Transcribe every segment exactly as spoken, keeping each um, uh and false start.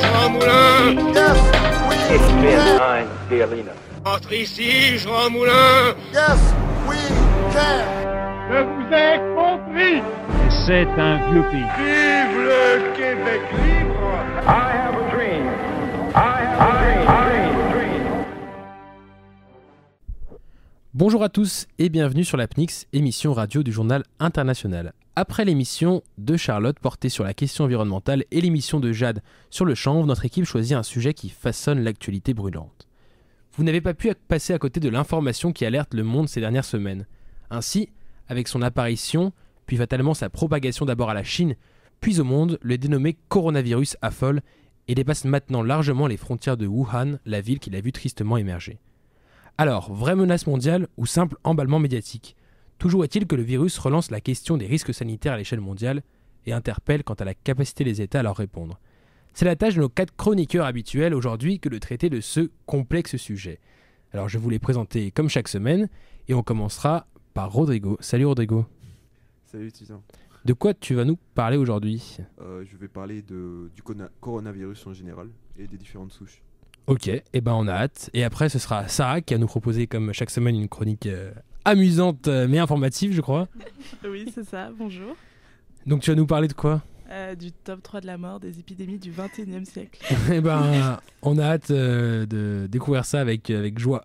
Jean Moulin. Yes, we can. Entre ici, Jean Moulin. Yes, we can. Je vous ai compris. C'est un vieux pays. Vive le Québec libre. I have a dream. I have a dream. I have a dream. Bonjour à tous et bienvenue sur la P N X, émission radio du journal international. Après l'émission de Charlotte portée sur la question environnementale et l'émission de Jade sur le chanvre, notre équipe choisit un sujet qui façonne l'actualité brûlante. Vous n'avez pas pu passer à côté de l'information qui alerte le monde ces dernières semaines. Ainsi, avec son apparition, puis fatalement sa propagation d'abord à la Chine, puis au monde, le dénommé coronavirus affole et dépasse maintenant largement les frontières de Wuhan, la ville qu'il a vu tristement émerger. Alors, vraie menace mondiale ou simple emballement médiatique ? Toujours est-il que le virus relance la question des risques sanitaires à l'échelle mondiale et interpelle quant à la capacité des États à leur répondre. C'est la tâche de nos quatre chroniqueurs habituels aujourd'hui que de traiter de ce complexe sujet. Alors je vais vous les présenter comme chaque semaine et on commencera par Rodrigo. Salut Rodrigo. Salut Tristan. De quoi tu vas nous parler aujourd'hui ? euh, Je vais parler de, du cona- coronavirus en général et des différentes souches. Ok, et eh ben on a hâte. Et après ce sera Sarah qui va nous proposer comme chaque semaine une chronique euh, amusante euh, mais informative je crois. Oui c'est ça, bonjour. Donc tu vas nous parler de quoi ? Euh, du top trois de la mort des épidémies du vingt et unième siècle. Eh ben, on a hâte euh, de découvrir ça avec, avec joie.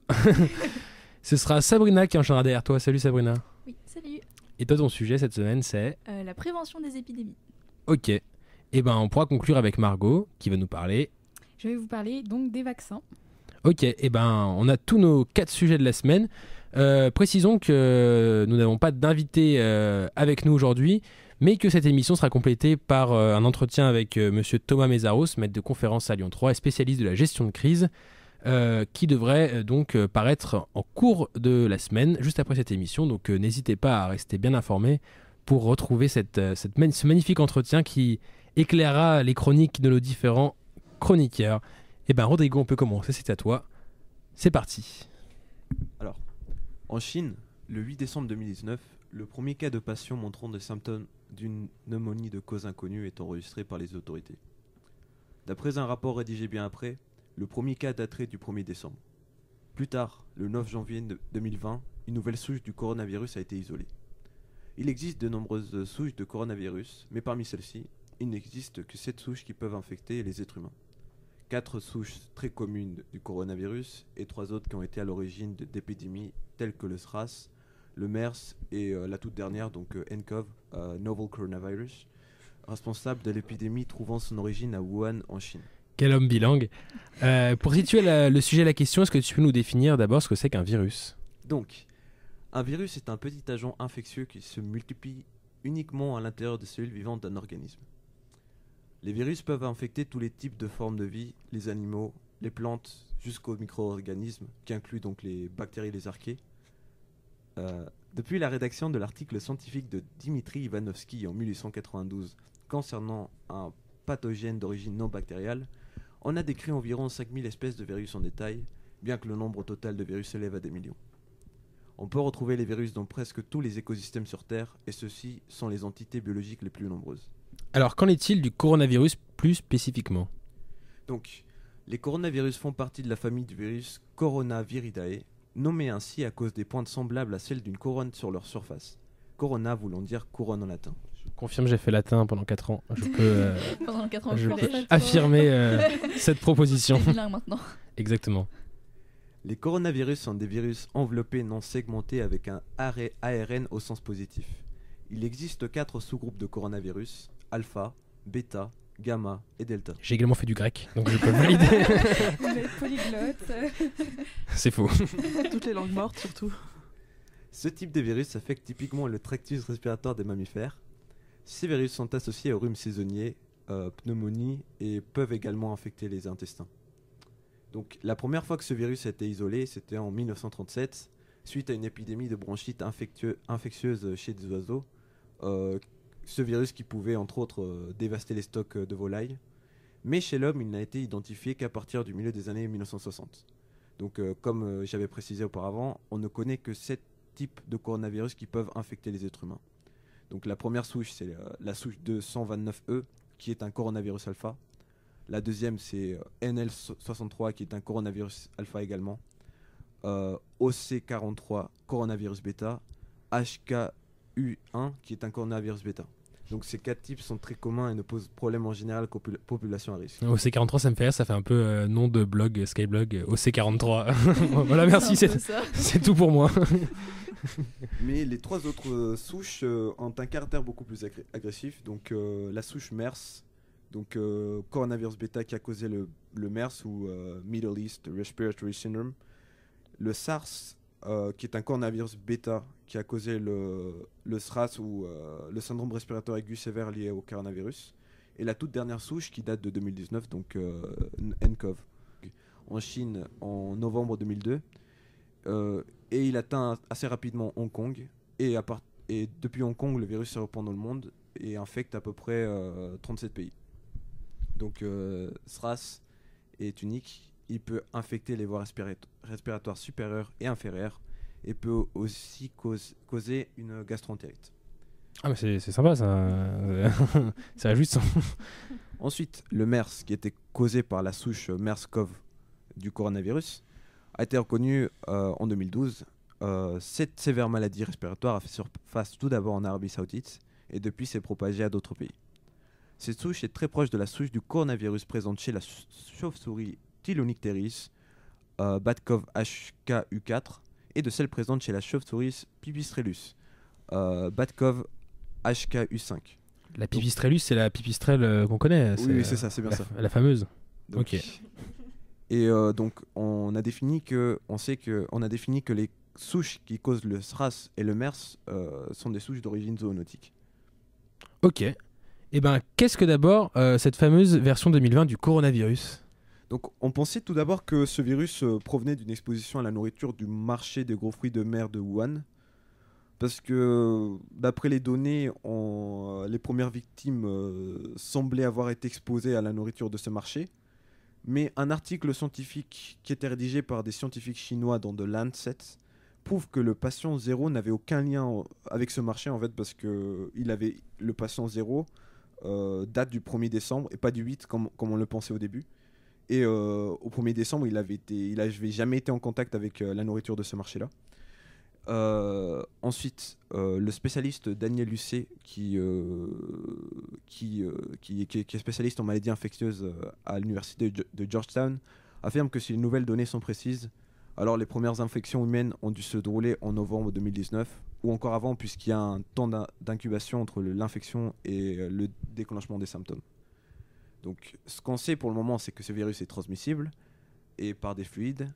Ce sera Sabrina qui enchaînera derrière toi. Salut Sabrina. Oui, salut. Et toi, ton sujet cette semaine, c'est euh, la prévention des épidémies. Ok. Eh ben, on pourra conclure avec Margot qui va nous parler. Je vais vous parler donc des vaccins. Ok. Eh ben, on a tous nos quatre sujets de la semaine. Euh, précisons que nous n'avons pas d'invité euh, avec nous aujourd'hui, mais que cette émission sera complétée par euh, un entretien avec euh, monsieur Thomas Mézaros, maître de conférence à Lyon trois et spécialiste de la gestion de crise, euh, qui devrait euh, donc euh, paraître en cours de la semaine, juste après cette émission. Donc euh, n'hésitez pas à rester bien informés pour retrouver cette, euh, cette man- ce magnifique entretien qui éclairera les chroniques de nos différents chroniqueurs. Et ben Rodrigo, on peut commencer, c'est à toi. C'est parti. Alors, en Chine, le huit décembre deux mille dix-neuf, le premier cas de patient montrant des symptômes d'une pneumonie de cause inconnue est enregistré par les autorités. D'après un rapport rédigé bien après, le premier cas daterait du premier décembre. Plus tard, le neuf janvier deux mille vingt, une nouvelle souche du coronavirus a été isolée. Il existe de nombreuses souches de coronavirus, mais parmi celles-ci, il n'existe que sept souches qui peuvent infecter les êtres humains. Quatre souches très communes du coronavirus et trois autres qui ont été à l'origine de- d'épidémies telles que le SRAS, le MERS et euh, la toute dernière, donc euh, N C O V, euh, Novel Coronavirus, responsable de l'épidémie trouvant son origine à Wuhan en Chine. Quel homme bilingue. Euh, pour situer la- le sujet de la question, est-ce que tu peux nous définir d'abord ce que c'est qu'un virus ? Donc, un virus est un petit agent infectieux qui se multiplie uniquement à l'intérieur des cellules vivantes d'un organisme. Les virus peuvent infecter tous les types de formes de vie, les animaux, les plantes, jusqu'aux micro-organismes, qui incluent donc les bactéries et les archées. Euh, depuis la rédaction de l'article scientifique de Dimitri Ivanovski en mille huit cent quatre-vingt-douze concernant un pathogène d'origine non bactériale, on a décrit environ cinq mille espèces de virus en détail, bien que le nombre total de virus s'élève à des millions. On peut retrouver les virus dans presque tous les écosystèmes sur Terre, et ceux-ci sont les entités biologiques les plus nombreuses. Alors, qu'en est-il du coronavirus plus spécifiquement ? Donc, les coronavirus font partie de la famille du virus Coronaviridae, nommés ainsi à cause des pointes semblables à celles d'une couronne sur leur surface. Corona voulant dire couronne en latin. Je confirme, j'ai fait latin pendant quatre ans. Je peux, euh, Pendant quatre ans au je collège. peux affirmer euh, cette proposition. C'est bilingue maintenant. Exactement. Les coronavirus sont des virus enveloppés non segmentés avec un A R N au sens positif. Il existe quatre sous-groupes de coronavirus, alpha, bêta, gamma et delta. J'ai également fait du grec, donc je peux valider. Vous êtes polyglotte. C'est faux. Toutes les langues mortes surtout. Ce type de virus affecte typiquement le tractus respiratoire des mammifères. Ces virus sont associés au rhume saisonnier, euh, pneumonie et peuvent également infecter les intestins. Donc, la première fois que ce virus a été isolé, c'était en mille neuf cent trente-sept, suite à une épidémie de bronchite infectue- infectieuse chez des oiseaux. Euh, ce virus qui pouvait entre autres euh, dévaster les stocks euh, de volailles. Mais chez l'homme, il n'a été identifié qu'à partir du milieu des années mille neuf cent soixante. Donc, euh, comme euh, j'avais précisé auparavant, on ne connaît que sept types de coronavirus qui peuvent infecter les êtres humains. Donc, la première souche, c'est euh, la souche deux cent vingt-neuf E, qui est un coronavirus alpha. La deuxième, c'est euh, N L soixante-trois, qui est un coronavirus alpha également. Euh, O C quarante-trois, coronavirus bêta. H K U un, qui est un coronavirus bêta. Donc ces quatre types sont très communs et ne posent problème en général aux popula- populations à risque. O C quarante-trois, ça me fait rire, ça fait un peu euh, nom de blog, Skyblog, euh, O C quarante-trois. Voilà, merci, c'est, c'est tout pour moi. Mais les trois autres euh, souches euh, ont un caractère beaucoup plus agré- agressif. Donc euh, la souche MERS, donc euh, coronavirus bêta qui a causé le, le MERS ou euh, Middle East Respiratory Syndrome. Le SARS, euh, qui est un coronavirus bêta qui a causé le, le SRAS ou euh, le syndrome respiratoire aigu sévère lié au coronavirus. Et la toute dernière souche qui date de deux mille dix-neuf, donc euh, N C O V. En Chine, en novembre deux mille deux. Euh, et il atteint assez rapidement Hong Kong. Et, à part- et depuis Hong Kong, le virus se répand dans le monde et infecte à peu près euh, trente-sept pays. Donc euh, SRAS est unique. Il peut infecter les voies respirat- respiratoires supérieures et inférieures et peut aussi cause- causer une gastroentérite. Ah, mais c'est, c'est sympa ça. C'est réjouissant. Ensuite, le MERS, qui était causé par la souche MERS-CoV du coronavirus, a été reconnu euh, en deux mille douze. Euh, cette sévère maladie respiratoire a fait surface tout d'abord en Arabie Saoudite et depuis s'est propagée à d'autres pays. Cette souche est très proche de la souche du coronavirus présente chez la ch- chauve-souris Tylonicteris, euh, Bat-Cov H K U quatre, et de celle présente chez la chauve-souris Pipistrellus, euh, Bat-Cov H K U cinq. La pipistrellus, c'est la pipistrelle euh, qu'on connaît. Oui, oui, c'est ça, c'est bien la, ça. La fameuse. Donc, Ok. Et euh, donc on a défini que, on sait que, on a défini que les souches qui causent le SRAS et le MERS euh, sont des souches d'origine zoonotique. Ok. Eh ben, qu'est-ce que d'abord euh, cette fameuse version deux mille vingt du coronavirus ? Donc on pensait tout d'abord que ce virus euh, provenait d'une exposition à la nourriture du marché des gros fruits de mer de Wuhan. Parce que d'après les données, on, euh, les premières victimes euh, semblaient avoir été exposées à la nourriture de ce marché. Mais un article scientifique qui était rédigé par des scientifiques chinois dans The Lancet prouve que le patient zéro n'avait aucun lien avec ce marché en fait, parce que il avait, le patient zéro euh, date du premier décembre et pas du huit comme, comme on le pensait au début. Et euh, au premier décembre, il avait été, il avait jamais été en contact avec euh, la nourriture de ce marché-là. Euh, ensuite, euh, le spécialiste Daniel Lucet, qui, euh, qui, euh, qui, qui, qui est spécialiste en maladies infectieuses euh, à l'université de, de Georgetown, affirme que si les nouvelles données sont précises, alors les premières infections humaines ont dû se dérouler en novembre deux mille dix-neuf, ou encore avant, puisqu'il y a un temps d'in- d'incubation entre le- l'infection et euh, le déclenchement des symptômes. Donc, ce qu'on sait pour le moment, c'est que ce virus est transmissible et par des fluides.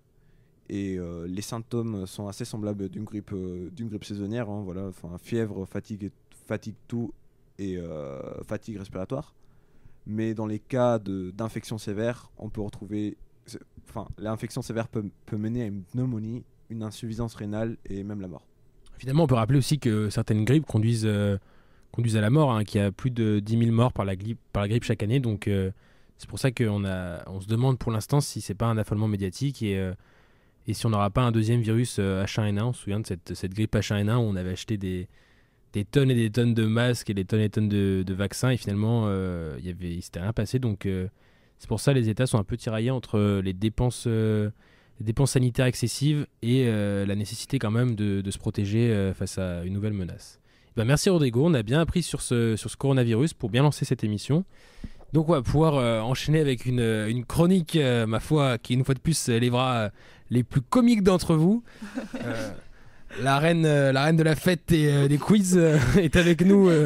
Et euh, les symptômes sont assez semblables d'une grippe, euh, d'une grippe saisonnière, hein, voilà, enfin, fièvre, fatigue, et, fatigue tout et euh, fatigue respiratoire. Mais dans les cas de, d'infection sévère, on peut retrouver, enfin, l'infection sévère peut, peut mener à une pneumonie, une insuffisance rénale et même la mort. Finalement, on peut rappeler aussi que certaines grippes conduisent, euh, conduisent à la mort, hein, qu'il y a plus de dix mille morts par la grippe, par la grippe chaque année. Donc, euh, c'est pour ça qu'on a, on se demande pour l'instant si c'est pas un affolement médiatique et euh, Et si on n'aura pas un deuxième virus euh, H un N un, on se souvient de cette, cette grippe H un N un où on avait acheté des, des tonnes et des tonnes de masques et des tonnes et des tonnes de, de vaccins et finalement euh, y avait, il ne s'était rien passé. Donc euh, c'est pour ça que les États sont un peu tiraillés entre les dépenses, euh, les dépenses sanitaires excessives et euh, la nécessité quand même de, de se protéger euh, face à une nouvelle menace. Et ben merci Rodrigo, on a bien appris sur ce, sur ce coronavirus pour bien lancer cette émission. Donc on va pouvoir euh, enchaîner avec une, une chronique, euh, ma foi, qui une fois de plus élèvera euh, les plus comiques d'entre vous. Euh, la, reine, euh, la reine de la fête et euh, des quiz euh, est avec nous euh,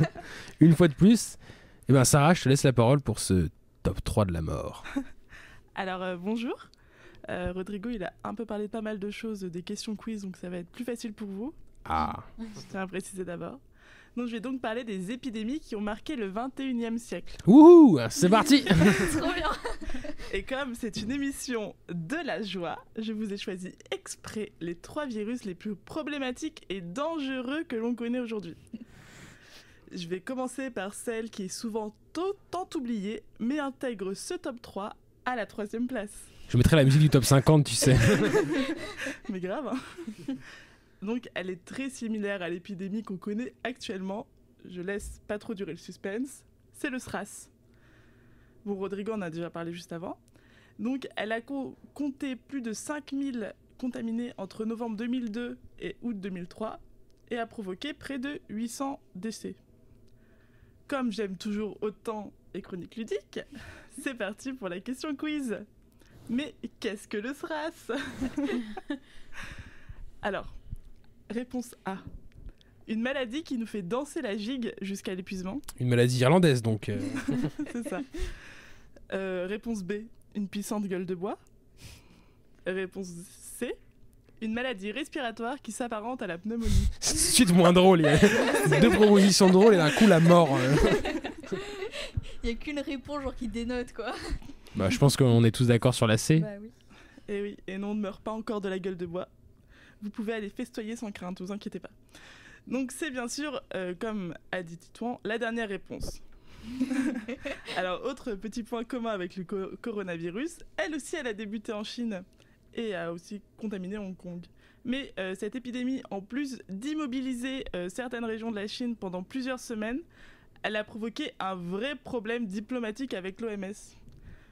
une fois de plus. Et ben Sarah, je te laisse la parole pour ce top trois de la mort. Alors euh, bonjour. Euh, Rodrigo, il a un peu parlé de pas mal de choses, des questions quiz, donc ça va être plus facile pour vous. Ah. Je tiens à préciser d'abord. Donc je vais donc parler des épidémies qui ont marqué le vingt et unième siècle. Wouhou, c'est parti. Trop bien. Et comme c'est une émission de la joie, je vous ai choisi exprès les trois virus les plus problématiques et dangereux que l'on connaît aujourd'hui. Je vais commencer par celle qui est souvent tant oubliée, mais intègre ce top trois à la troisième place. Je mettrai la musique du top cinquante, tu sais. Mais grave, hein. Donc elle est très similaire à l'épidémie qu'on connaît actuellement. Je laisse pas trop durer le suspense. C'est le SRAS. Bon, Rodrigo en a déjà parlé juste avant. Donc, elle a co- compté plus de cinq mille contaminés entre novembre deux mille deux et août deux mille trois et a provoqué près de huit cents décès. Comme j'aime toujours autant les chroniques ludiques, c'est parti pour la question quiz. Mais qu'est-ce que le S R A S? Alors, réponse A. Une maladie qui nous fait danser la gigue jusqu'à l'épuisement. Une maladie irlandaise, donc. euh. C'est ça. Euh, réponse B. Une puissante gueule de bois. Réponse C. Une maladie respiratoire qui s'apparente à la pneumonie. C'est tout de suite moins drôle. Il y a deux propositions drôles et d'un coup la mort. euh. Il n'y a qu'une réponse genre qui dénote quoi. Bah, je pense qu'on est tous d'accord sur la C. Bah oui. Et oui, et non, on ne meurt pas encore de la gueule de bois. Vous pouvez aller festoyer sans crainte, vous inquiétez pas. Donc c'est bien sûr, euh, comme a dit Titouan, la dernière réponse. Alors, autre petit point commun avec le co- coronavirus, elle aussi, elle a débuté en Chine et a aussi contaminé Hong Kong. Mais euh, cette épidémie, en plus d'immobiliser euh, certaines régions de la Chine pendant plusieurs semaines, elle a provoqué un vrai problème diplomatique avec l'O M S. Pourquoi ?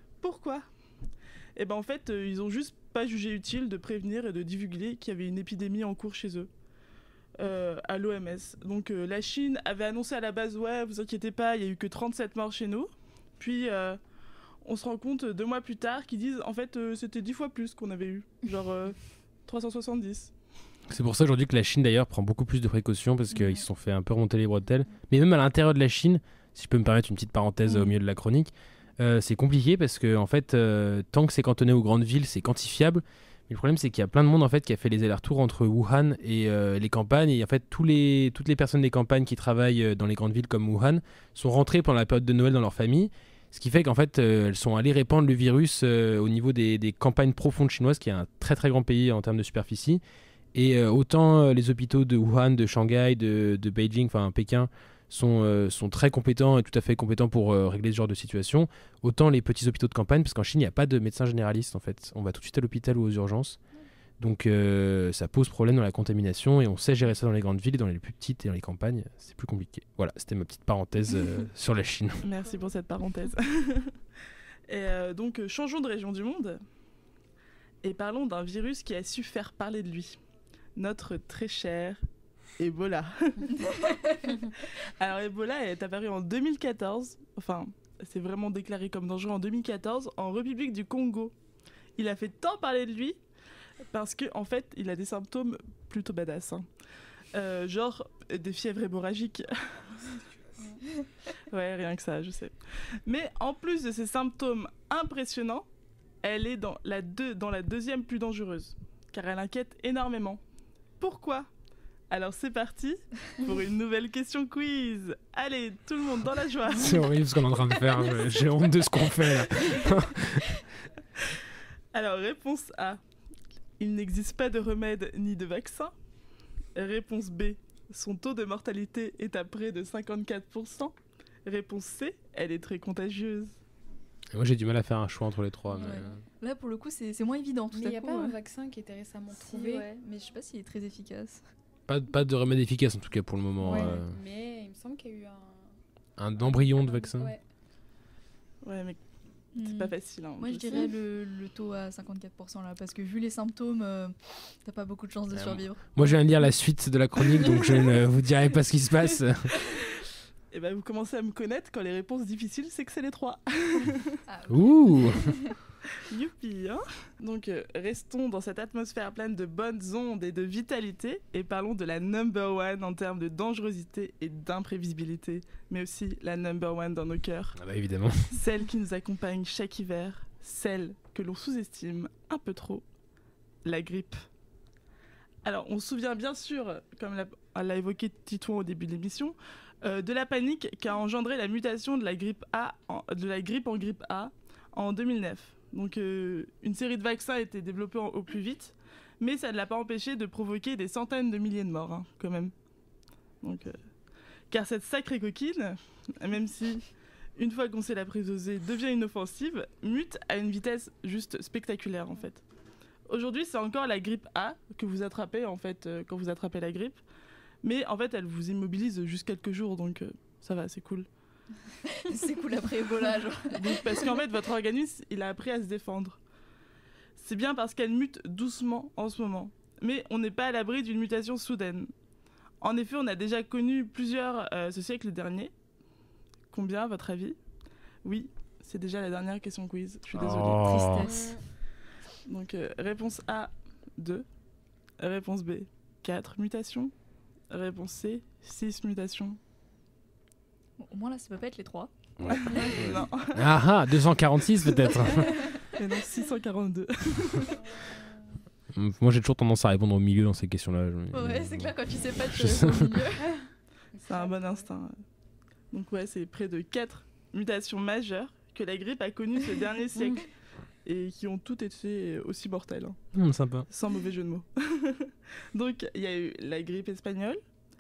Eh ben en fait, euh, ils ont juste pas jugé utile de prévenir et de divulguer qu'il y avait une épidémie en cours chez eux. Euh, à l'O M S. Donc euh, la Chine avait annoncé à la base, ouais, vous inquiétez pas, il y a eu que trente-sept morts chez nous. Puis euh, on se rend compte deux mois plus tard qu'ils disent, en fait, euh, c'était dix fois plus qu'on avait eu, genre euh, trois cent soixante-dix. C'est pour ça aujourd'hui que la Chine d'ailleurs prend beaucoup plus de précautions parce qu'ils se sont fait un peu remonter les bretelles. Mais même à l'intérieur de la Chine, si je peux me permettre une petite parenthèse Mmh. au milieu de la chronique, euh, c'est compliqué parce que en fait, euh, tant que c'est cantonné aux grandes villes, c'est quantifiable. Mais le problème, c'est qu'il y a plein de monde en fait qui a fait les allers-retours entre Wuhan et euh, les campagnes. Et en fait, tous les, toutes les personnes des campagnes qui travaillent euh, dans les grandes villes comme Wuhan sont rentrées pendant la période de Noël dans leur famille. Ce qui fait qu'en fait, euh, elles sont allées répandre le virus euh, au niveau des, des campagnes profondes chinoises, qui est un très très grand pays en termes de superficie. Et euh, autant euh, les hôpitaux de Wuhan, de Shanghai, de, de Beijing, enfin Pékin, sont, euh, sont très compétents et tout à fait compétents pour euh, régler ce genre de situation, autant les petits hôpitaux de campagne, parce qu'en Chine, il n'y a pas de médecin généraliste en fait. On va tout de suite à l'hôpital ou aux urgences. Donc euh, ça pose problème dans la contamination et on sait gérer ça dans les grandes villes et dans les plus petites et dans les campagnes, c'est plus compliqué. Voilà, c'était ma petite parenthèse euh, sur la Chine. Merci pour cette parenthèse. Et euh, donc, euh, changeons de région du monde et parlons d'un virus qui a su faire parler de lui. Notre très cher Ebola. Alors, Ebola est apparu en deux mille quatorze, enfin, c'est vraiment déclaré comme dangereux en deux mille quatorze, en République du Congo. Il a fait tant parler de lui parce qu'en en fait, il a des symptômes plutôt badass. Hein. Euh, genre des fièvres hémorragiques. Ouais, rien que ça, je sais. Mais en plus de ces symptômes impressionnants, elle est dans la, deux, dans la deuxième plus dangereuse, car elle inquiète énormément. Pourquoi ? Alors c'est parti pour une nouvelle question quiz. Allez, tout le monde dans la joie. C'est horrible ce qu'on est en train de faire, je- j'ai honte de ce qu'on fait là. Alors réponse A, il n'existe pas de remède ni de vaccin. Réponse B, son taux de mortalité est à près de cinquante-quatre pour cent. Réponse C, elle est très contagieuse. Et moi j'ai du mal à faire un choix entre les trois. Mais... Ouais. Là pour le coup c'est c'est moins évident tout Mais il n'y à a coup. pas un ouais. vaccin qui était récemment Si, trouvé. ouais, mais je sais pas s'il est très efficace. Pas, pas de remède efficace en tout cas pour le moment. Ouais, euh, mais il me semble qu'il y a eu un... un embryon de vaccin. Ouais. Ouais, mais c'est Hmm. pas facile. Hein, Moi je sais. dirais le, le taux à cinquante-quatre pour cent là parce que vu les symptômes euh, t'as pas beaucoup de chances de Ah, survivre. Moi je viens de lire la suite de la chronique donc je ne vous dirai pas ce qui se passe. Et ben vous commencez à me connaître quand les réponses difficiles, c'est que c'est les trois. Ah, ok. Ouh. Youpi, hein. Donc euh, restons dans cette atmosphère pleine de bonnes ondes et de vitalité et parlons de la number one en termes de dangerosité et d'imprévisibilité, mais aussi la number one dans nos cœurs, Ah bah évidemment. celle qui nous accompagne chaque hiver, celle que l'on sous-estime un peu trop, la grippe. Alors on se souvient bien sûr, comme l'a, l'a évoqué Titouan au début de l'émission, euh, de la panique qu'a engendré la mutation de la grippe A, en, de la grippe en grippe A en deux mille neuf. Donc euh, une série de vaccins a été développée en- au plus vite, mais ça ne l'a pas empêché de provoquer des centaines de milliers de morts, hein, quand même. Donc, euh, car cette sacrée coquine, même si une fois qu'on sait la présoser devient inoffensive, mute à une vitesse juste spectaculaire en fait. Aujourd'hui, c'est encore la grippe A que vous attrapez en fait euh, quand vous attrapez la grippe, mais en fait, elle vous immobilise juste quelques jours, donc euh, ça va, c'est cool. C'est cool après Ebola, genre. Donc, parce qu'en fait, votre organisme, il a appris à se défendre. C'est bien parce qu'elle mute doucement en ce moment. Mais on n'est pas à l'abri d'une mutation soudaine. En effet, on a déjà connu plusieurs euh, ce siècle dernier. Combien, à votre avis ? Oui, c'est déjà la dernière question quiz. Je suis désolée. Oh. Tristesse. Donc, euh, réponse A, deux. Réponse B, quatre mutations. Réponse C, six mutations. Bon, au moins là, ça peut pas être les trois. Ouais. Non, Ah ah, deux cent quarante-six peut-être. mais non, six cent quarante-deux. Moi j'ai toujours tendance à répondre au milieu dans ces questions-là. Je- Ouais, c'est clair, quand tu sais pas, tu Je sais. réponds au milieu. C'est un bon instinct. Donc ouais, c'est près de quatre mutations majeures que la grippe a connues ce dernier siècle et qui ont toutes été aussi mortelles, hein, Hum, sympa. sans mauvais jeu de mots. Donc il y a eu la grippe espagnole,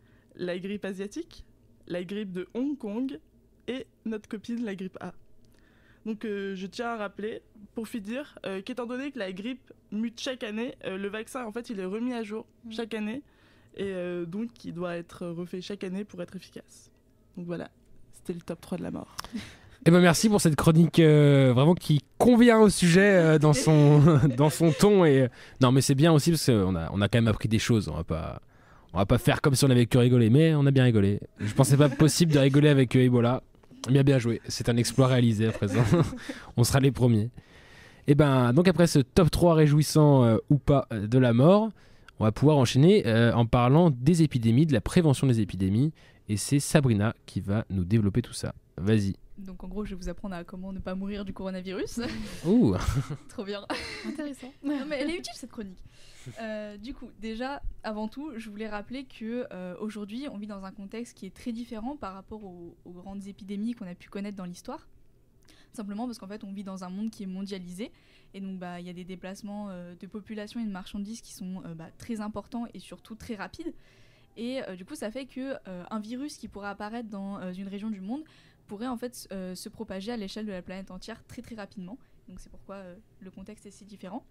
la grippe asiatique, la grippe de Hong Kong et notre copine la grippe A. Donc euh, je tiens à rappeler, pour finir, euh, qu'étant donné que la grippe mute chaque année, euh, le vaccin en fait il est remis à jour chaque année et euh, donc il doit être refait chaque année pour être efficace. Donc voilà, c'était le top trois de la mort. Eh ben merci pour cette chronique euh, vraiment qui convient au sujet euh, dans son dans son ton et non mais c'est bien aussi parce qu'on a on a quand même appris des choses. On va pas on va pas faire comme si on avait que rigolé, mais on a bien rigolé. Je pensais pas possible de rigoler avec euh, Ebola. Bien bien joué. C'est un exploit réalisé à présent. On sera les premiers. Et ben donc après ce top trois réjouissant euh, ou pas euh, de la mort, on va pouvoir enchaîner euh, en parlant des épidémies, de la prévention des épidémies. Et c'est Sabrina qui va nous développer tout ça. Vas-y. Donc en gros, je vais vous apprendre à comment ne pas mourir du coronavirus. Ouh. Trop bien. Intéressant. Non mais elle est utile cette chronique. Euh, du coup, déjà, avant tout, je voulais rappeler que euh, aujourd'hui, on vit dans un contexte qui est très différent par rapport aux, aux grandes épidémies qu'on a pu connaître dans l'histoire. Simplement parce qu'en fait, on vit dans un monde qui est mondialisé et donc bah il y a des déplacements euh, de population et de marchandises qui sont euh, bah, très importants et surtout très rapides. Et euh, du coup, ça fait que euh, un virus qui pourrait apparaître dans euh, une région du monde pourrait en fait euh, se propager à l'échelle de la planète entière très très rapidement. Donc c'est pourquoi euh, le contexte est si différent.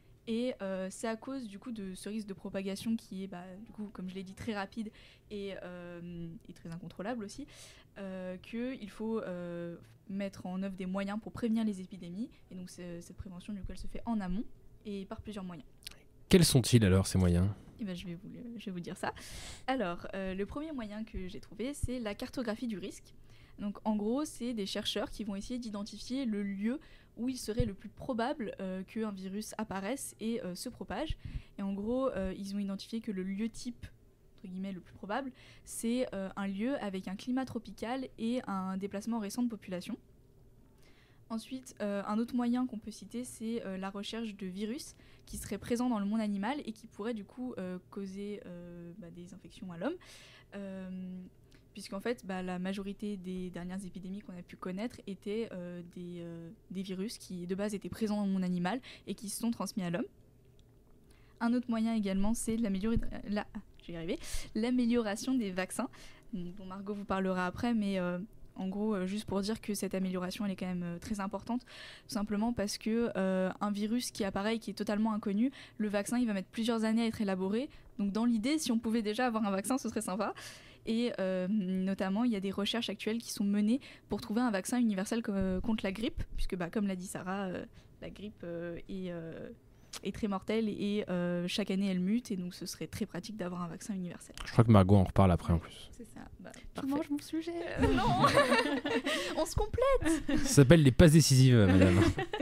Et euh, c'est à cause du coup de ce risque de propagation qui est bah, du coup comme je l'ai dit très rapide et, euh, et très incontrôlable aussi, euh, qu'il faut euh, mettre en œuvre des moyens pour prévenir les épidémies. Et donc c'est, cette prévention du coup elle se fait en amont et par plusieurs moyens. Quels sont-ils alors ces moyens ? Eh ben, je, vais vous, le- je vais vous dire ça. Alors, euh, le premier moyen que j'ai trouvé, c'est la cartographie du risque. Donc, en gros, c'est des chercheurs qui vont essayer d'identifier le lieu où il serait le plus probable euh, qu'un virus apparaisse et euh, se propage. Et en gros, euh, ils ont identifié que le lieu type, entre guillemets, le plus probable, c'est euh, un lieu avec un climat tropical et un déplacement récent de population. Ensuite, euh, un autre moyen qu'on peut citer, c'est euh, la recherche de virus qui seraient présents dans le monde animal et qui pourraient du coup euh, causer euh, bah, des infections à l'homme. Euh, puisqu'en fait, bah, la majorité des dernières épidémies qu'on a pu connaître étaient euh, des, euh, des virus qui de base étaient présents dans le monde animal et qui se sont transmis à l'homme. Un autre moyen également, c'est de l'améliorer... la... je vais y arriver, l'amélioration des vaccins, dont Margot vous parlera après, mais... Euh, En gros, euh, juste pour dire que cette amélioration, elle est quand même euh, très importante, tout simplement parce que euh, un virus qui apparaît, qui est totalement inconnu, le vaccin, il va mettre plusieurs années à être élaboré. Donc, dans l'idée, si on pouvait déjà avoir un vaccin, ce serait sympa. Et euh, notamment, il y a des recherches actuelles qui sont menées pour trouver un vaccin universel co- contre la grippe, puisque, bah, comme l'a dit Sarah, euh, la grippe euh, est, euh, est très mortelle et euh, chaque année, elle mute, et donc ce serait très pratique d'avoir un vaccin universel. Je crois que Margot en reparle après en plus. C'est ça. Bah, Tu parfait. manges mon sujet. Euh, non. On se complète. Ça s'appelle les passes décisives, euh, madame.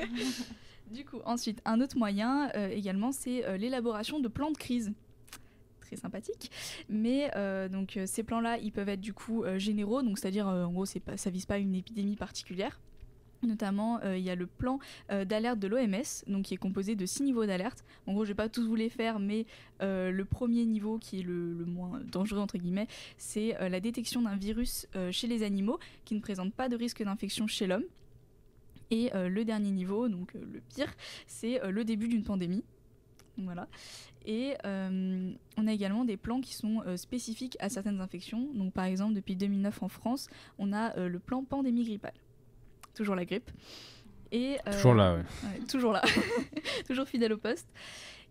Du coup, ensuite, un autre moyen euh, également, c'est euh, l'élaboration de plans de crise. Très sympathique. Mais euh, donc, euh, ces plans-là, ils peuvent être du coup euh, généraux, donc c'est-à-dire, euh, en gros, c'est pas, ça vise pas une épidémie particulière. Notamment, euh, il y a le plan euh, d'alerte de l'O M S, donc qui est composé de six niveaux d'alerte. En gros, je vais pas tous vous les faire, mais euh, le premier niveau, qui est le, le moins dangereux entre guillemets, c'est euh, la détection d'un virus euh, chez les animaux qui ne présente pas de risque d'infection chez l'homme. Et euh, le dernier niveau, donc euh, le pire, c'est euh, le début d'une pandémie. Donc, voilà. Et euh, on a également des plans qui sont euh, spécifiques à certaines infections. Donc par exemple, depuis deux mille neuf en France, on a euh, le plan pandémie grippale. Toujours la grippe. Et, euh, Toujours là, ouais. ouais, toujours là. Toujours fidèle au poste.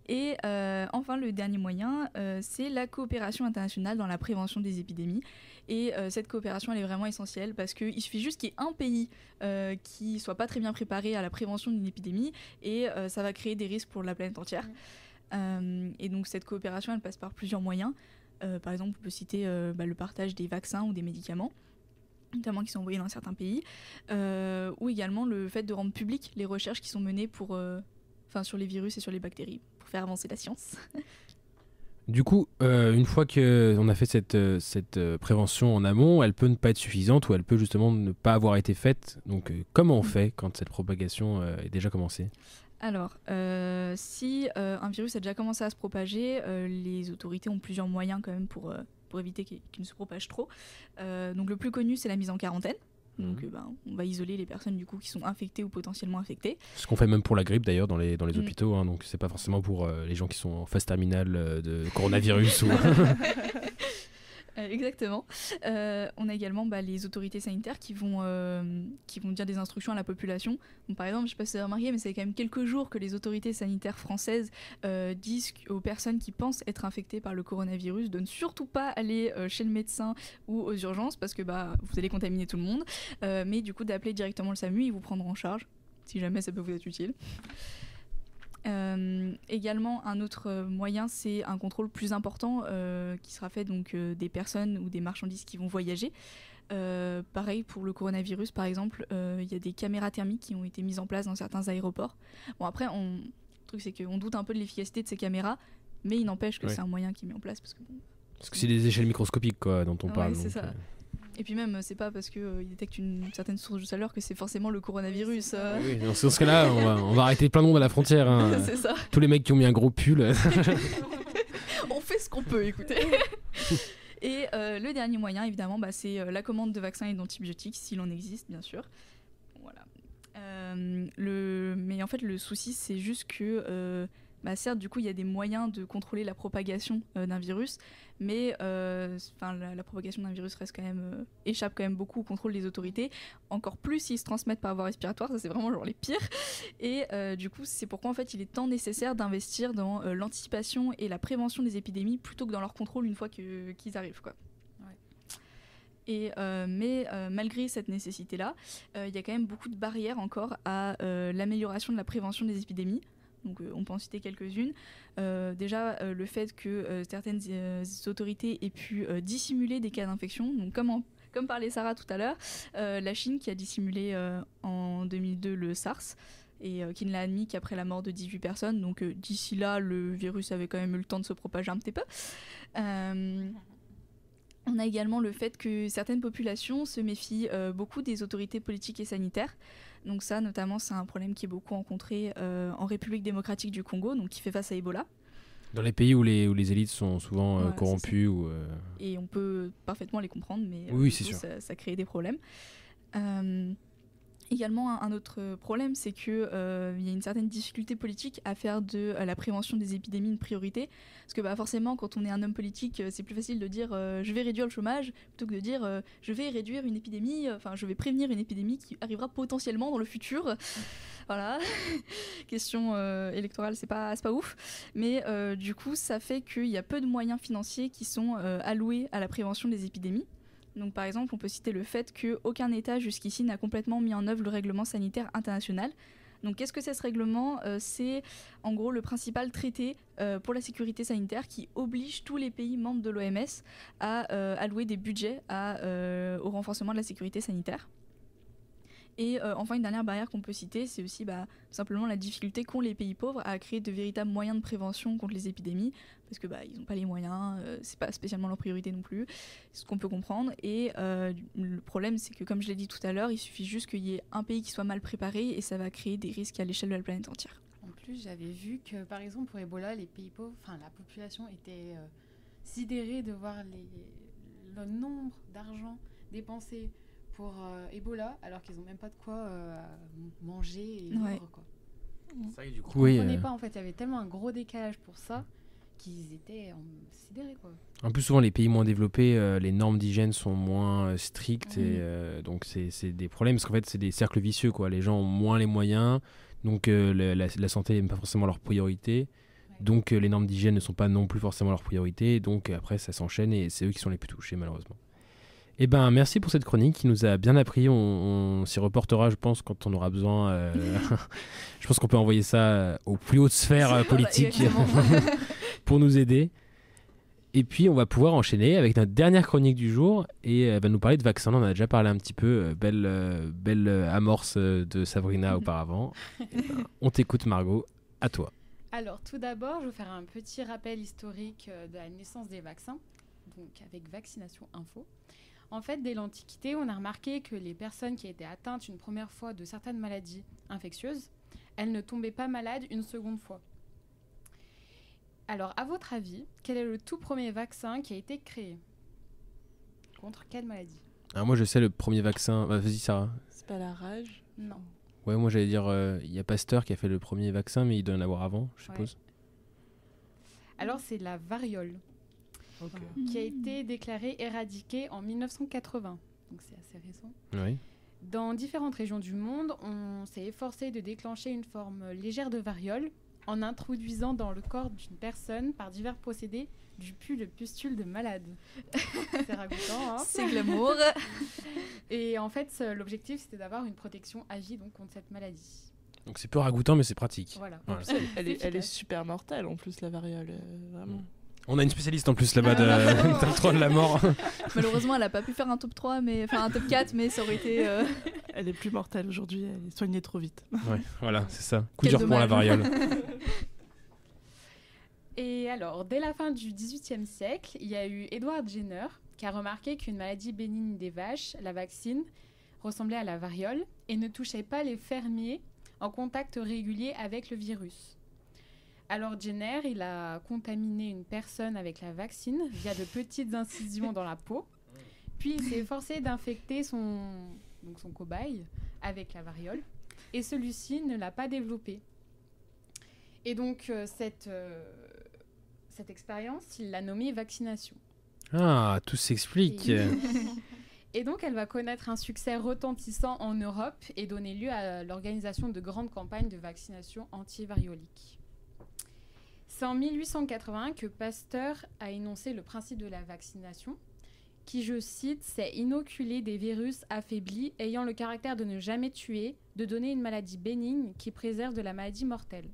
Et euh, enfin, le dernier moyen, euh, c'est la coopération internationale dans la prévention des épidémies. Et euh, cette coopération, elle est vraiment essentielle parce qu'il suffit juste qu'il y ait un pays euh, qui ne soit pas très bien préparé à la prévention d'une épidémie et euh, ça va créer des risques pour la planète entière. Mmh. Euh, et donc cette coopération, elle passe par plusieurs moyens. Euh, par exemple, on peut citer euh, bah, le partage des vaccins ou des médicaments, notamment qui sont envoyés dans certains pays, euh, ou également le fait de rendre publiques les recherches qui sont menées pour, euh, enfin, sur les virus et sur les bactéries, pour faire avancer la science. Du coup, euh, une fois qu'on a fait cette, euh, cette euh, prévention en amont, elle peut ne pas être suffisante ou elle peut justement ne pas avoir été faite. Donc euh, comment on fait quand cette propagation euh, est déjà commencée ? Alors, euh, si euh, un virus a déjà commencé à se propager, euh, les autorités ont plusieurs moyens quand même pour, euh, pour éviter qu'il, qu'il ne se propage trop. Euh, donc le plus connu, c'est la mise en quarantaine. Donc, mmh. euh, ben, on va isoler les personnes du coup qui sont infectées ou potentiellement infectées. Ce qu'on fait même pour la grippe d'ailleurs dans les, dans les mmh. hôpitaux. Hein, donc c'est pas forcément pour euh, les gens qui sont en phase terminale euh, de coronavirus. ou... Euh, exactement. Euh, on a également bah, les autorités sanitaires qui vont, euh, qui vont dire des instructions à la population. Donc, par exemple, je ne sais pas si vous avez remarqué, mais c'est quand même quelques jours que les autorités sanitaires françaises euh, disent aux personnes qui pensent être infectées par le coronavirus de ne surtout pas aller euh, chez le médecin ou aux urgences parce que bah, vous allez contaminer tout le monde. Euh, mais du coup, d'appeler directement le SAMU, ils vous prendront en charge si jamais ça peut vous être utile. Euh, également, un autre moyen, c'est un contrôle plus important euh, qui sera fait donc euh, des personnes ou des marchandises qui vont voyager. Euh, pareil pour le coronavirus, par exemple, il euh, y a des caméras thermiques qui ont été mises en place dans certains aéroports. Bon, après, on... le truc c'est qu'on doute un peu de l'efficacité de ces caméras, mais il n'empêche que ouais. c'est un moyen qui est mis en place parce que bon, parce que c'est des échelles microscopiques quoi dont on ouais, parle. C'est donc, ça. euh... Et puis même, c'est pas parce qu'ils euh, détectent une certaine source de chaleur que c'est forcément le coronavirus. Euh... Oui, dans ce cas-là, on va, on va arrêter plein de monde à la frontière. Hein. C'est ça. Tous les mecs qui ont mis un gros pull. On fait ce qu'on peut, écoutez. Et euh, le dernier moyen, évidemment, bah, c'est euh, la commande de vaccins et d'antibiotiques, s'il en existe, bien sûr. Voilà. Euh, le... Mais en fait, le souci, c'est juste que... Euh, Bah certes, du coup, il y a des moyens de contrôler la propagation euh, d'un virus, mais euh, la, la propagation d'un virus reste quand même, euh, échappe quand même beaucoup au contrôle des autorités. Encore plus s'ils se transmettent par voie respiratoire, ça c'est vraiment genre les pires. Et euh, du coup, c'est pourquoi en fait, il est tant nécessaire d'investir dans euh, l'anticipation et la prévention des épidémies plutôt que dans leur contrôle une fois que, qu'ils arrivent, quoi. Et, euh, mais euh, malgré cette nécessité-là, il euh, y a quand même beaucoup de barrières encore à euh, l'amélioration de la prévention des épidémies. Donc euh, on peut en citer quelques-unes. Euh, déjà, euh, le fait que euh, certaines euh, autorités aient pu euh, dissimuler des cas d'infection. Donc comme, en, comme parlait Sarah tout à l'heure, euh, la Chine qui a dissimulé euh, en deux mille deux le SARS et euh, qui ne l'a admis qu'après la mort de dix-huit personnes. Donc euh, d'ici là, le virus avait quand même eu le temps de se propager un petit peu. Euh, On a également le fait que certaines populations se méfient euh, beaucoup des autorités politiques et sanitaires. Donc ça, notamment, c'est un problème qui est beaucoup rencontré euh, en République démocratique du Congo, donc qui fait face à Ebola. Dans les pays où les, où les élites sont souvent euh, voilà, corrompues. Ou, euh... Et on peut parfaitement les comprendre, mais euh, oui, du c'est coup, sûr. Ça, ça crée des problèmes. Euh, Également, un, un autre problème, c'est qu'il euh, y a une certaine difficulté politique à faire de euh, la prévention des épidémies une priorité. Parce que bah, forcément, quand on est un homme politique, euh, c'est plus facile de dire euh, je vais réduire le chômage plutôt que de dire euh, je vais réduire une épidémie, enfin je vais prévenir une épidémie qui arrivera potentiellement dans le futur. Voilà. Question euh, électorale, c'est pas, c'est pas ouf. Mais euh, du coup, ça fait qu'il y a peu de moyens financiers qui sont euh, alloués à la prévention des épidémies. Donc, par exemple, on peut citer le fait qu'aucun État jusqu'ici n'a complètement mis en œuvre le règlement sanitaire international. Donc, qu'est-ce que c'est ce règlement ? euh, C'est en gros le principal traité euh, pour la sécurité sanitaire qui oblige tous les pays membres de l'O M S à euh, allouer des budgets à, euh, au renforcement de la sécurité sanitaire. Et euh, enfin, une dernière barrière qu'on peut citer, c'est aussi bah, simplement la difficulté qu'ont les pays pauvres à créer de véritables moyens de prévention contre les épidémies, parce que bah, ils n'ont pas les moyens, euh, c'est pas spécialement leur priorité non plus, c'est ce qu'on peut comprendre. Et euh, le problème, c'est que comme je l'ai dit tout à l'heure, il suffit juste qu'il y ait un pays qui soit mal préparé et ça va créer des risques à l'échelle de la planète entière. En plus, j'avais vu que par exemple pour Ebola, les pays pauvres, enfin la population était euh, sidérée de voir les, le nombre d'argent dépensé pour euh, Ebola, alors qu'ils n'ont même pas de quoi euh, manger et ouais. vivre, quoi. Ça y est, du coup, Ils ne oui, comprenaient euh... pas, en fait, il y avait tellement un gros décalage pour ça qu'ils étaient euh, sidérés, quoi. En plus, souvent, les pays moins développés, euh, les normes d'hygiène sont moins euh, strictes, Mmh. et euh, donc c'est, c'est des problèmes, parce qu'en fait, c'est des cercles vicieux, quoi. Les gens ont moins les moyens, donc euh, la, la, la santé n'est pas forcément leur priorité. Ouais. Donc euh, les normes d'hygiène ne sont pas non plus forcément leur priorité. Donc après, ça s'enchaîne et c'est eux qui sont les plus touchés, malheureusement. Eh ben, merci pour cette chronique qui nous a bien appris. On, on s'y reportera, je pense, quand on aura besoin. Euh... je pense qu'on peut envoyer ça aux plus hautes sphères euh, politiques pour nous aider. Et puis, on va pouvoir enchaîner avec notre dernière chronique du jour et elle va nous parler de vaccins. On en a déjà parlé un petit peu. Belle, euh, belle amorce de Sabrina auparavant. Eh ben, on t'écoute, Margot. À toi. Alors, tout d'abord, je vais faire un petit rappel historique de la naissance des vaccins, donc avec Vaccination Info. En fait, dès l'Antiquité, on a remarqué que les personnes qui étaient atteintes une première fois de certaines maladies infectieuses, elles ne tombaient pas malades une seconde fois. Alors, à votre avis, quel est le tout premier vaccin qui a été créé ? Contre quelle maladie ? Alors moi, je sais le premier vaccin... Bah, vas-y, Sarah. C'est pas la rage ? Non. Ouais, moi, j'allais dire, il euh, y a Pasteur qui a fait le premier vaccin, mais il doit en avoir avant, je suppose. Ouais. Alors, c'est la variole. Okay. Qui a été déclarée éradiquée en mille neuf cent quatre-vingts. Donc c'est assez récent. Oui. Dans différentes régions du monde, on s'est efforcé de déclencher une forme légère de variole en introduisant dans le corps d'une personne par divers procédés du pus de pustules de malade. C'est ragoûtant, hein ? C'est glamour. Et en fait, l'objectif, c'était d'avoir une protection à vie donc, contre cette maladie. Donc c'est peu ragoûtant, mais c'est pratique. Voilà. voilà. Elle, elle, est, elle est super mortelle en plus, la variole, euh, vraiment. Mmh. On a une spécialiste en plus là-bas de top trois de la mort. Malheureusement, elle n'a pas pu faire un top trois, mais enfin un top quatre, mais ça aurait été... Euh... Elle est plus mortelle aujourd'hui, elle est soignée trop vite. Ouais, voilà, c'est ça. Coup dur pour la variole. Et alors, dès la fin du dix-huitième siècle, il y a eu Edward Jenner qui a remarqué qu'une maladie bénigne des vaches, la vaccine, ressemblait à la variole et ne touchait pas les fermiers en contact régulier avec le virus. Alors Jenner, il a contaminé une personne avec la vaccine via de petites incisions dans la peau, puis il s'est efforcé d'infecter son, donc son cobaye avec la variole, et celui-ci ne l'a pas développé. Et donc euh, cette, euh, cette expérience, il l'a nommée vaccination. Ah, tout s'explique. Et... et donc elle va connaître un succès retentissant en Europe et donner lieu à l'organisation de grandes campagnes de vaccination antivariolique. C'est en mille huit cent quatre-vingts que Pasteur a énoncé le principe de la vaccination, qui, je cite, c'est inoculer des virus affaiblis ayant le caractère de ne jamais tuer, de donner une maladie bénigne qui préserve de la maladie mortelle.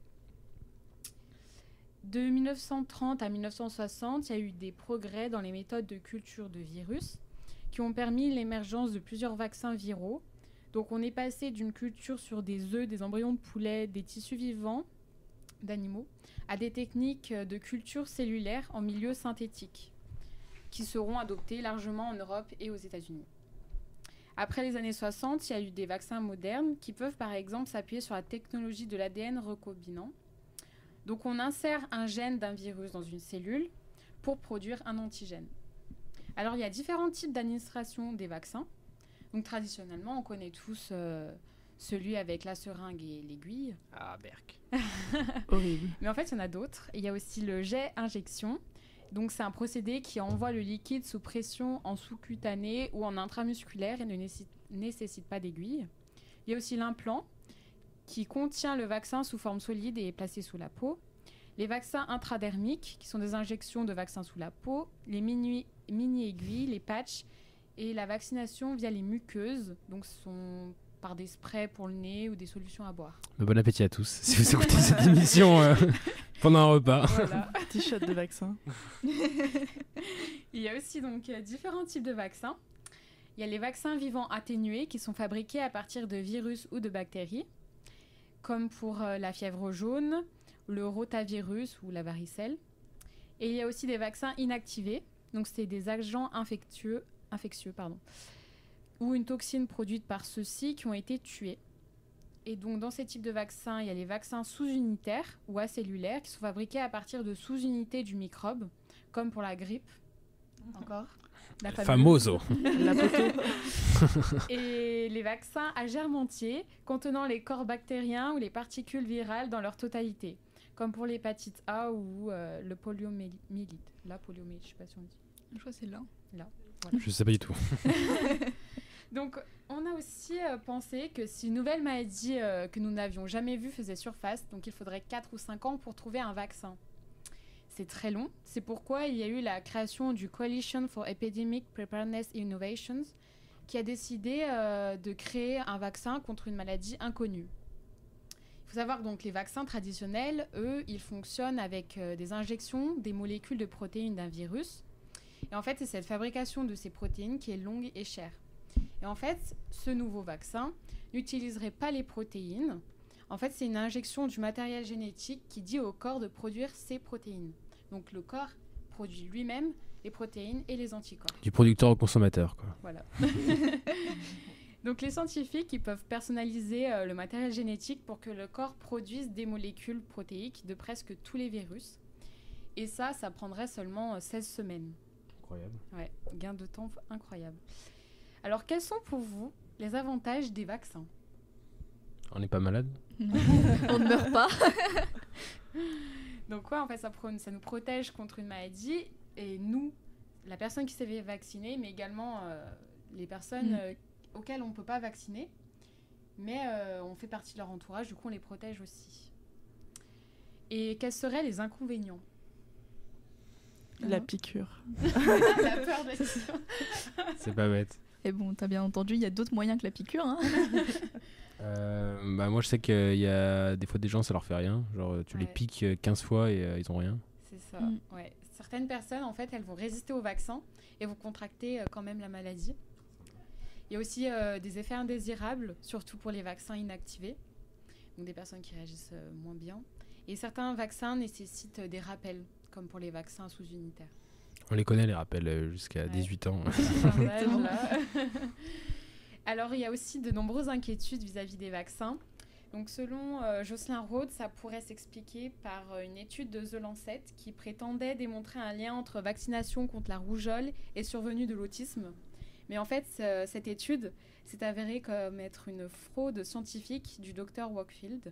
De mille neuf cent trente à mille neuf cent soixante, il y a eu des progrès dans les méthodes de culture de virus qui ont permis l'émergence de plusieurs vaccins viraux. Donc on est passé d'une culture sur des œufs, des embryons de poulet, des tissus vivants d'animaux, à des techniques de culture cellulaire en milieu synthétique, qui seront adoptées largement en Europe et aux États-Unis. Après les années soixante, il y a eu des vaccins modernes qui peuvent par exemple s'appuyer sur la technologie de l'A D N recombinant. Donc on insère un gène d'un virus dans une cellule pour produire un antigène. Alors il y a différents types d'administration des vaccins. Donc traditionnellement, on connaît tous euh, celui avec la seringue et l'aiguille. Ah, berk. Horrible. Mais en fait, il y en a d'autres. Il y a aussi le jet injection. Donc, c'est un procédé qui envoie le liquide sous pression en sous-cutané ou en intramusculaire et ne nécessite, nécessite pas d'aiguille. Il y a aussi l'implant qui contient le vaccin sous forme solide et est placé sous la peau. Les vaccins intradermiques, qui sont des injections de vaccins sous la peau. Les mini, mini-aiguilles, les patchs et la vaccination via les muqueuses. Donc, ce sont par des sprays pour le nez ou des solutions à boire. Bon appétit à tous, si vous écoutez cette émission euh, pendant un repas. Voilà. Petit shot de vaccin. Il y a aussi donc euh, différents types de vaccins. Il y a les vaccins vivants atténués qui sont fabriqués à partir de virus ou de bactéries, comme pour euh, la fièvre jaune, le rotavirus ou la varicelle. Et il y a aussi des vaccins inactivés, donc c'est des agents infectieux, infectieux pardon, ou une toxine produite par ceux-ci qui ont été tués. Et donc dans ces types de vaccins, il y a les vaccins sous-unitaires ou acellulaires qui sont fabriqués à partir de sous-unités du microbe, comme pour la grippe. Encore la famoso. La poteau. Et les vaccins à germe entier contenant les corps bactériens ou les particules virales dans leur totalité, comme pour l'hépatite A ou euh, le poliomyélite. La poliomyélite, je ne sais pas si on dit. Je crois que c'est là. Là. Voilà. Je ne sais pas du tout. Donc, on a aussi euh, pensé que si une nouvelle maladie euh, que nous n'avions jamais vue faisait surface, donc il faudrait quatre ou cinq ans pour trouver un vaccin. C'est très long. C'est pourquoi il y a eu la création du Coalition for Epidemic Preparedness Innovations, qui a décidé euh, de créer un vaccin contre une maladie inconnue. Il faut savoir donc les vaccins traditionnels, eux, ils fonctionnent avec euh, des injections des molécules de protéines d'un virus. Et en fait, c'est cette fabrication de ces protéines qui est longue et chère. Et en fait, ce nouveau vaccin n'utiliserait pas les protéines. En fait, c'est une injection du matériel génétique qui dit au corps de produire ces protéines. Donc le corps produit lui-même les protéines et les anticorps. Du producteur au consommateur, quoi. Voilà. Donc les scientifiques ils peuvent personnaliser euh, le matériel génétique pour que le corps produise des molécules protéiques de presque tous les virus. Et ça, ça prendrait seulement euh, seize semaines. Incroyable. Ouais, gain de temps incroyable. Alors quels sont pour vous les avantages des vaccins ? On n'est pas malade ? On ne meurt pas. Donc ouais, en fait, ça, pro- ça nous protège contre une maladie. Et nous, la personne qui s'est fait vacciner, mais également euh, les personnes Mm. euh, auxquelles on ne peut pas vacciner. Mais euh, on fait partie de leur entourage, du coup, on les protège aussi. Et quels seraient les inconvénients ? La piqûre. La peur de la question. C'est pas bête. Et bon, t'as bien entendu, il y a d'autres moyens que la piqûre. Hein. Euh, bah moi je sais qu'il y a des fois des gens ça leur fait rien, genre tu les Ouais. piques euh, quinze fois et euh, ils ont rien. C'est ça, Mm. ouais. Certaines personnes, en fait, elles vont résister au vaccin et vont contracter euh, quand même la maladie. Il y a aussi euh, des effets indésirables, surtout pour les vaccins inactivés, donc des personnes qui réagissent euh, moins bien. Et certains vaccins nécessitent euh, des rappels, comme pour les vaccins sous-unitaires. On les connaît les rappels euh, jusqu'à Ouais. dix-huit ans. Exactement. Là. Alors, il y a aussi de nombreuses inquiétudes vis-à-vis des vaccins. Donc, selon euh, Jocelyn Rhodes, ça pourrait s'expliquer par euh, une étude de The Lancet qui prétendait démontrer un lien entre vaccination contre la rougeole et survenue de l'autisme. Mais en fait, ce- cette étude s'est avérée comme être une fraude scientifique du docteur Wakefield.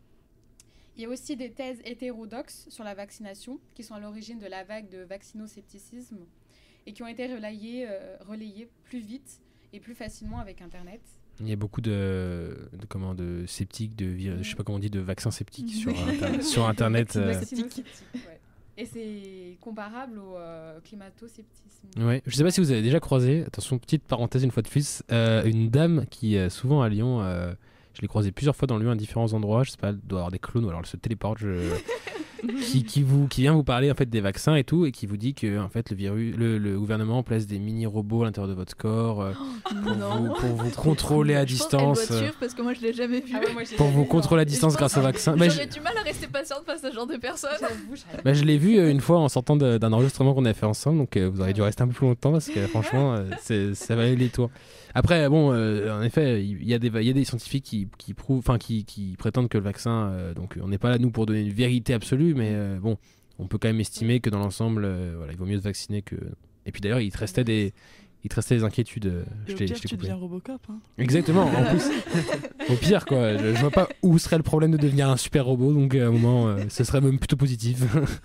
Il y a aussi des thèses hétérodoxes sur la vaccination qui sont à l'origine de la vague de vaccinoscepticisme et qui ont été relayées, euh, relayées plus vite et plus facilement avec Internet. Il y a beaucoup de, de comment de sceptiques, de vir- je sais pas comment on dit, de vaccins sceptiques sur, inter- sur internet. euh. Vaccinosceptiques, ouais. Et c'est comparable au euh, climato-scepticisme. Ouais, je sais pas si vous avez déjà croisé, attention petite parenthèse une fois de plus, euh, une dame qui est souvent à Lyon, euh, je l'ai croisée plusieurs fois dans Lyon à différents endroits, je sais pas, elle doit avoir des clones ou alors elle se téléporte, je... qui, qui, vous, qui vient vous parler en fait des vaccins et tout et qui vous dit que en fait le, virus, le, le gouvernement place des mini robots à l'intérieur de votre corps euh, pour, vous, pour vous contrôler à Je pense distance, qu'elle doit euh, suivre parce que moi je l'ai jamais vu. Ah ouais, moi, j'ai pour jamais vous vu, contrôler à hein. distance je grâce pense au vaccin. Bah, J'aurais je- du mal à rester patiente face à ce genre de personnes. J'avoue, j'avais- Bah, je l'ai vu euh, une fois en sortant de- d'un enregistrement qu'on avait fait ensemble, donc euh, vous auriez dû rester un peu plus longtemps parce que franchement, euh, c'est- ça valait les tours. Après, bon, euh, en effet, il y, a des- il y a des scientifiques qui, qui prouvent, enfin, qui, qui prétendent que le vaccin, euh, donc on n'est pas là nous pour donner une vérité absolue, mais euh, bon, on peut quand même estimer que dans l'ensemble, euh, voilà, il vaut mieux se vacciner que. Et puis d'ailleurs, il te restait des, il te restait des inquiétudes. euh, Et je au t'ai- pire, je t'ai tu coupé. deviens Robocop. Hein. Exactement, en plus. Au pire, quoi. Je, je vois pas où serait le problème de devenir un super robot, donc à un moment, euh, ce serait même plutôt positif.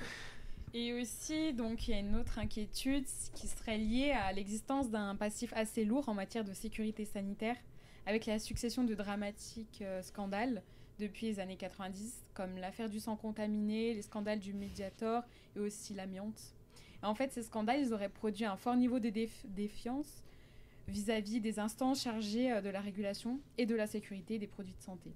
Et aussi, donc, il y a une autre inquiétude qui serait liée à l'existence d'un passif assez lourd en matière de sécurité sanitaire, avec la succession de dramatiques euh, scandales depuis les années quatre-vingt-dix, comme l'affaire du sang contaminé, les scandales du Mediator et aussi l'amiante. Et en fait, ces scandales, ils auraient produit un fort niveau de déf- défiance vis-à-vis des instances chargées euh, de la régulation et de la sécurité des produits de santé.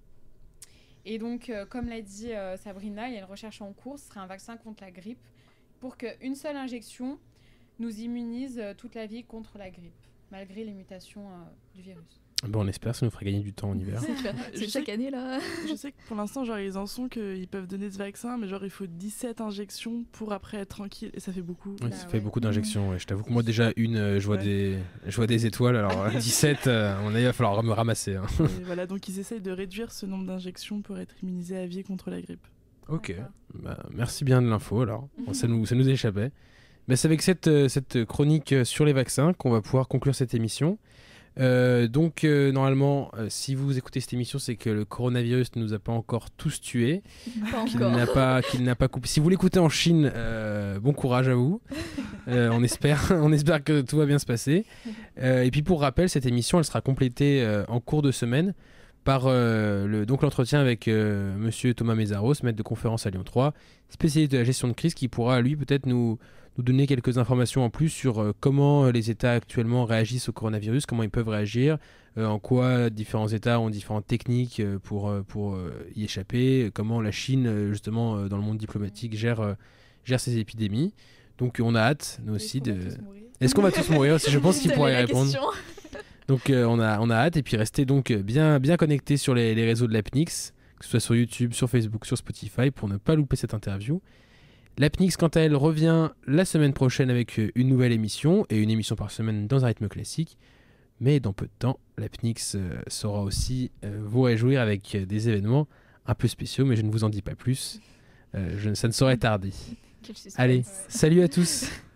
Et donc, euh, comme l'a dit euh, Sabrina, il y a une recherche en cours, ce serait un vaccin contre la grippe, pour qu'une seule injection nous immunise euh, toute la vie contre la grippe, malgré les mutations euh, du virus. Bon, on espère, ça nous ferait gagner du temps en hiver. C'est clair. Je C'est sais chaque que- année là. Je sais que pour l'instant, genre, ils en sont qu'ils peuvent donner ce vaccin, mais genre, il faut dix-sept injections pour après être tranquille. Et ça fait beaucoup. Oui, Bah ça ouais. fait beaucoup d'injections. Ouais. Je t'avoue que moi, déjà, une, euh, je vois, Ouais. des, je vois des étoiles. Alors, euh, dix-sept, euh, on a, il va falloir me ramasser. Hein. Et voilà, donc ils essayent de réduire ce nombre d'injections pour être immunisés à vie contre la grippe. Ok, D'accord. bah, merci bien de l'info. Alors, Bon, ça, nous, ça nous échappait. Mais c'est avec cette, euh, cette chronique euh, sur les vaccins qu'on va pouvoir conclure cette émission. Euh, donc euh, normalement, euh, si vous écoutez cette émission, c'est que le coronavirus ne nous a pas encore tous tués, Pas qu'il encore. n'a pas, qu'il n'a pas coupé. Si vous l'écoutez en Chine, euh, bon courage à vous. Euh, on espère, on espère que tout va bien se passer. Euh, et puis pour rappel, cette émission, elle sera complétée euh, en cours de semaine par euh, le, donc l'entretien avec euh, Monsieur Thomas Mézaros, maître de conférence à Lyon trois, spécialiste de la gestion de crise, qui pourra lui peut-être nous nous donner quelques informations en plus sur euh, comment les États actuellement réagissent au coronavirus, comment ils peuvent réagir, euh, en quoi différents États ont différentes techniques euh, pour, euh, pour euh, y échapper, comment la Chine, euh, justement, euh, dans le monde diplomatique, gère, euh, gère ces épidémies. Donc on a hâte, nous aussi, de... Est-ce qu'on va tous mourir aussi? Je pense qu'il Vous pourrait y avez la répondre. question. Donc euh, on, a, on a hâte, et puis restez donc bien, bien connectés sur les, les réseaux de l'Apnix, que ce soit sur YouTube, sur Facebook, sur Spotify, pour ne pas louper cette interview. L'Apnix, quant à elle, revient la semaine prochaine avec une nouvelle émission, et une émission par semaine dans un rythme classique. Mais dans peu de temps, l'Apnix euh, saura aussi euh, vous réjouir avec euh, des événements un peu spéciaux, mais je ne vous en dis pas plus. Euh, je, ça ne saurait tarder. Quel suspense. Allez, salut à tous!